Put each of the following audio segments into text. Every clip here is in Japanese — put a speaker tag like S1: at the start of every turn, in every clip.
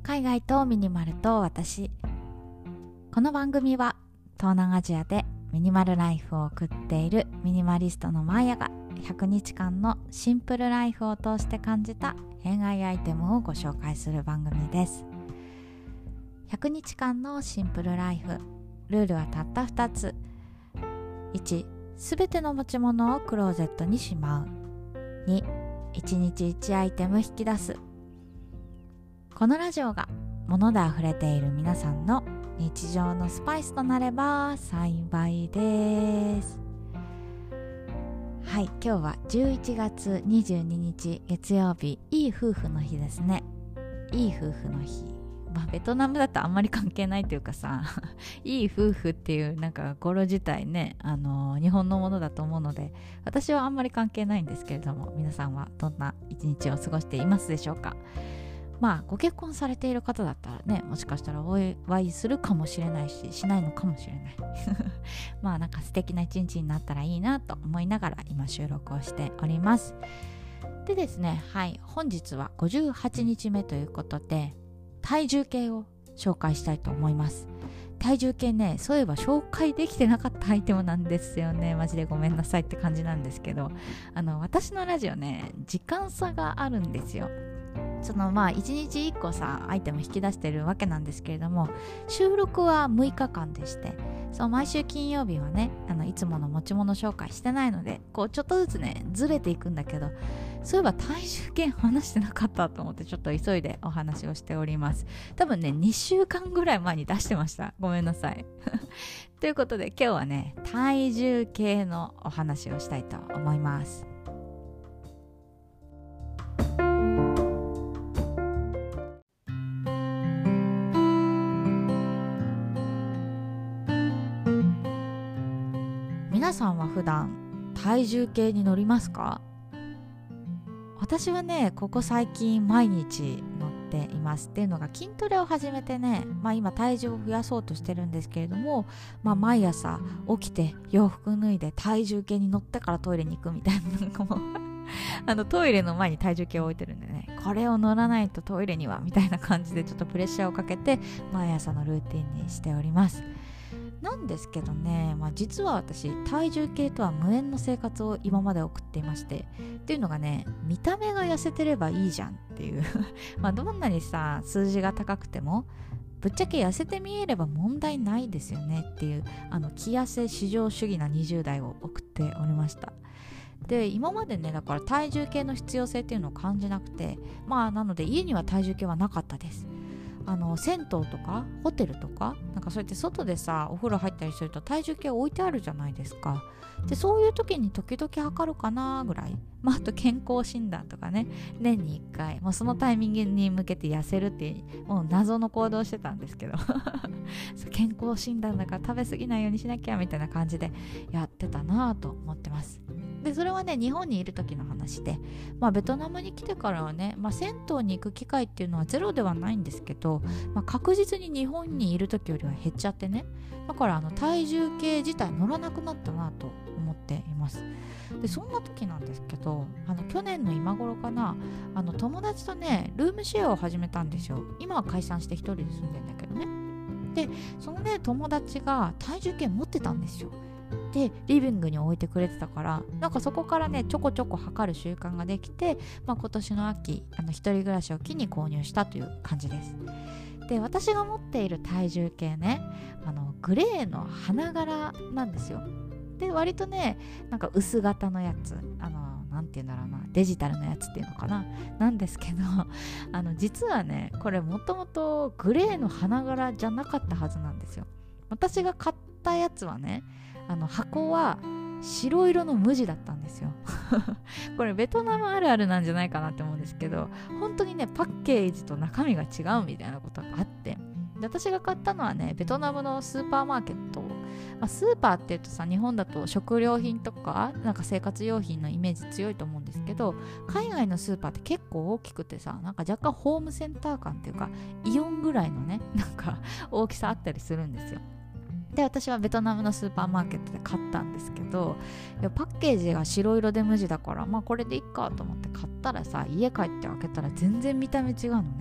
S1: 海外とミニマルと私。この番組は東南アジアでミニマルライフを送っているミニマリストのマーヤが100日間のシンプルライフを通して感じた偏愛アイテムをご紹介する番組です。100日間のシンプルライフ、ルールはたった2つ。1、すべての持ち物をクローゼットにしまう。2、1日1アイテム引き出す。このラジオが物であふれている皆さんの日常のスパイスとなれば幸いです。はい、今日は11月22日月曜日、いい夫婦の日ですね。いい夫婦の日、ベトナムだとあんまり関係ないというかさいい夫婦っていうなんか語呂自体ね、日本のものだと思うので、私はあんまり関係ないんですけれども、皆さんはどんな一日を過ごしていますでしょうか。ご結婚されている方だったらね、もしかしたらお祝いするかもしれないし、しないのかもしれないなんか素敵な一日になったらいいなと思いながら今収録をしております。でですね、はい、本日は58日目ということで体重計を紹介したいと思います。体重計ね、そういえば紹介できてなかったアイテムなんですよね。マジでごめんなさいって感じなんですけど、私のラジオね、時間差があるんですよ。1日1個さアイテム引き出してるわけなんですけれども、収録は6日間でして、毎週金曜日はね、いつもの持ち物紹介してないので、ちょっとずつねずれていくんだけど、そういえば体重計話してなかったと思ってちょっと急いでお話をしております。多分ね2週間ぐらい前に出してました。ごめんなさいということで今日はね、体重計のお話をしたいと思います。皆さんは普段体重計に乗りますか？私はね、ここ最近毎日乗っています。っていうのが、筋トレを始めてね、今体重を増やそうとしてるんですけれども、毎朝起きて洋服脱いで体重計に乗ってからトイレに行くみたいなトイレの前に体重計を置いてるんでね、これを乗らないとトイレにはみたいな感じでちょっとプレッシャーをかけて毎朝のルーティンにしております。なんですけどね、実は私体重計とは無縁の生活を今まで送っていまして、っていうのがね、見た目が痩せてればいいじゃんっていうどんなにさ数字が高くてもぶっちゃけ痩せて見えれば問題ないですよねっていう、気痩せ至上主義な20代を送っておりました。で、今までね、だから体重計の必要性っていうのを感じなくて、なので家には体重計はなかったです。銭湯とかホテルとかなんかそうやって外でさお風呂入ったりすると体重計置いてあるじゃないですか。で、そういう時に時々測るかなぐらい、あと健康診断とかね、年に1回もうそのタイミングに向けて痩せるっていうもう謎の行動してたんですけど健康診断だから食べ過ぎないようにしなきゃみたいな感じでやってたなと思ってます。で、それはね日本にいる時の話で、ベトナムに来てからはね、銭湯に行く機会っていうのはゼロではないんですけど、確実に日本にいる時よりは減っちゃってね、だから体重計自体乗らなくなったなと思っています。で、そんな時なんですけど、去年の今頃かな、友達とねルームシェアを始めたんですよ。今は解散して一人で住んでんだけどね。で、そのね友達が体重計持ってたんですよ。で、リビングに置いてくれてたから、なんかそこからねちょこちょこ測る習慣ができて、今年の秋一人暮らしを機に購入したという感じです。で、私が持っている体重計ね、グレーの花柄なんですよ。で、割とねなんか薄型のやつ、なんていうんだろうな、デジタルのやつっていうのかな、なんですけど実はねこれもともとグレーの花柄じゃなかったはずなんですよ。私が買ったやつはね、箱は白色の無地だったんですよこれベトナムあるあるなんじゃないかなって思うんですけど、本当にねパッケージと中身が違うみたいなことがあって、で、私が買ったのはねベトナムのスーパーマーケット、スーパーっていうとさ、日本だと食料品とかなんか生活用品のイメージ強いと思うんですけど、海外のスーパーって結構大きくてさ、なんか若干ホームセンター感っていうかイオンぐらいのねなんか大きさあったりするんですよ。で、私はベトナムのスーパーマーケットで買ったんですけど、いやパッケージが白色で無地だから、これでいっかと思って買ったらさ、家帰って開けたら全然見た目違うのね。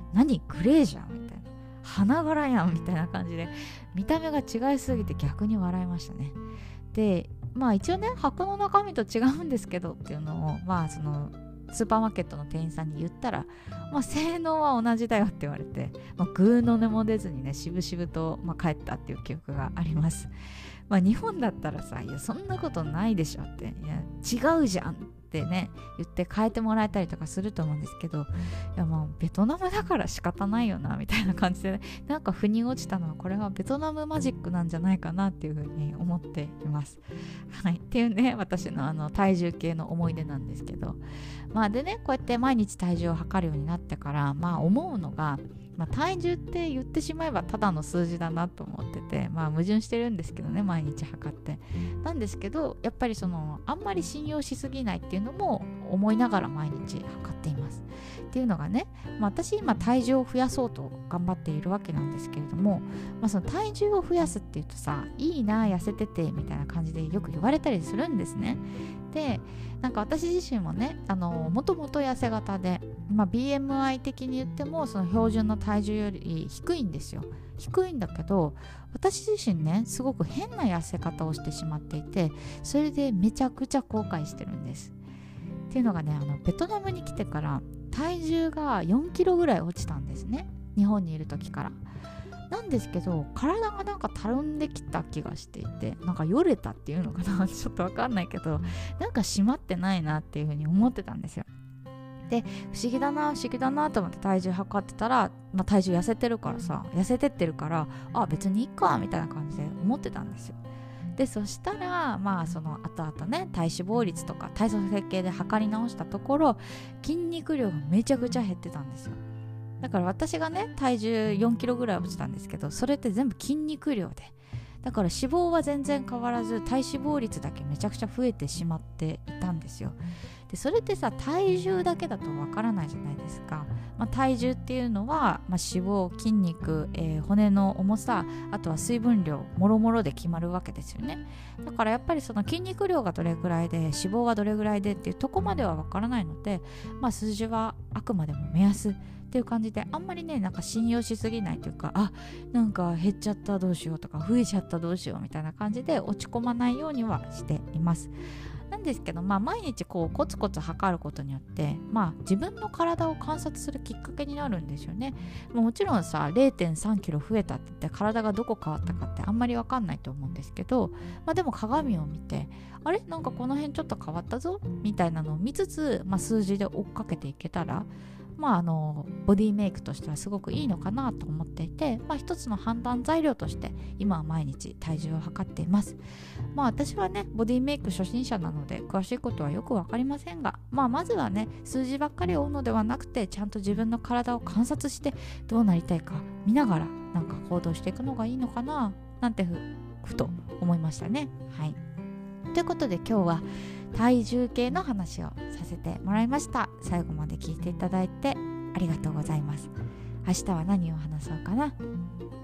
S1: 何グレーじゃんみたいな、花柄やんみたいな感じで見た目が違いすぎて逆に笑いましたね。で一応ね、箱の中身と違うんですけどっていうのをそのスーパーマーケットの店員さんに言ったら、性能は同じだよって言われて、グーの音も出ずにね、しぶしぶと、帰ったっていう記憶があります。日本だったらさ、いやそんなことないでしょって、いや違うじゃんってね言って変えてもらえたりとかすると思うんですけど、いやベトナムだから仕方ないよなみたいな感じで、ね、なんか腑に落ちたのは、これはベトナムマジックなんじゃないかなっていうふうに思っています。はい、っていうね、私の体重計の思い出なんですけど、でね、こうやって毎日体重を測るようになってから思うのが、体重って言ってしまえばただの数字だなと思ってて、矛盾してるんですけどね、毎日測ってなんですけど、やっぱりあんまり信用しすぎないっていうのも思いながら毎日測っていますっていうのがね、私今体重を増やそうと頑張っているわけなんですけれども、その体重を増やすっていうとさ、いいな痩せててみたいな感じでよく言われたりするんですね。でなんか私自身もね、もともと痩せ型で、BMI 的に言ってもその標準の体重より低いんですよ。低いんだけど、私自身ね、すごく変な痩せ方をしてしまっていて、それでめちゃくちゃ後悔してるんです。っていうのがね、ベトナムに来てから体重が4キロぐらい落ちたんですね、日本にいる時から。なんですけど、体がなんかたるんできた気がしていて、なんかよれたっていうのかなちょっとわかんないけど、なんか締まってないなっていうふうに思ってたんですよ。で、不思議だなと思って体重測ってたら、体重痩せてってるから、別にいいかみたいな感じで思ってたんですよ。でそしたらその後々ね、体脂肪率とか体組成計で測り直したところ、筋肉量がめちゃくちゃ減ってたんですよ。だから私がね、体重4キロぐらい落ちたんですけど、それって全部筋肉量で、だから脂肪は全然変わらず体脂肪率だけめちゃくちゃ増えてしまっていたんですよ。でそれってさ、体重だけだとわからないじゃないですか。体重っていうのは、脂肪、筋肉、骨の重さ、あとは水分量もろもろで決まるわけですよね。だからやっぱりその筋肉量がどれぐらいで脂肪はどれぐらいでっていうとこまではわからないので、数字はあくまでも目安っていう感じで、あんまりね、なんか信用しすぎないというか、なんか減っちゃったどうしようとか増えちゃったどうしようみたいな感じで落ち込まないようにはしています。なんですけど、毎日こうコツコツ測ることによって、自分の体を観察するきっかけになるんですよね。もちろんさ、 0.3 キロ増えたって言って体がどこ変わったかってあんまり分かんないと思うんですけど、でも鏡を見て、あれなんかこの辺ちょっと変わったぞみたいなのを見つつ、数字で追っかけていけたら、ボディメイクとしてはすごくいいのかなと思っていて、一つの判断材料として今は毎日体重を測っています。私はね、ボディメイク初心者なので詳しいことはよくわかりませんが、まずはね、数字ばっかり追うのではなくて、ちゃんと自分の体を観察してどうなりたいか見ながらなんか行動していくのがいいのかななんてふと思いましたね。はい、ということで今日は体重計の話をさせてもらいました。最後まで聞いていただいてありがとうございます。明日は何を話そうかな。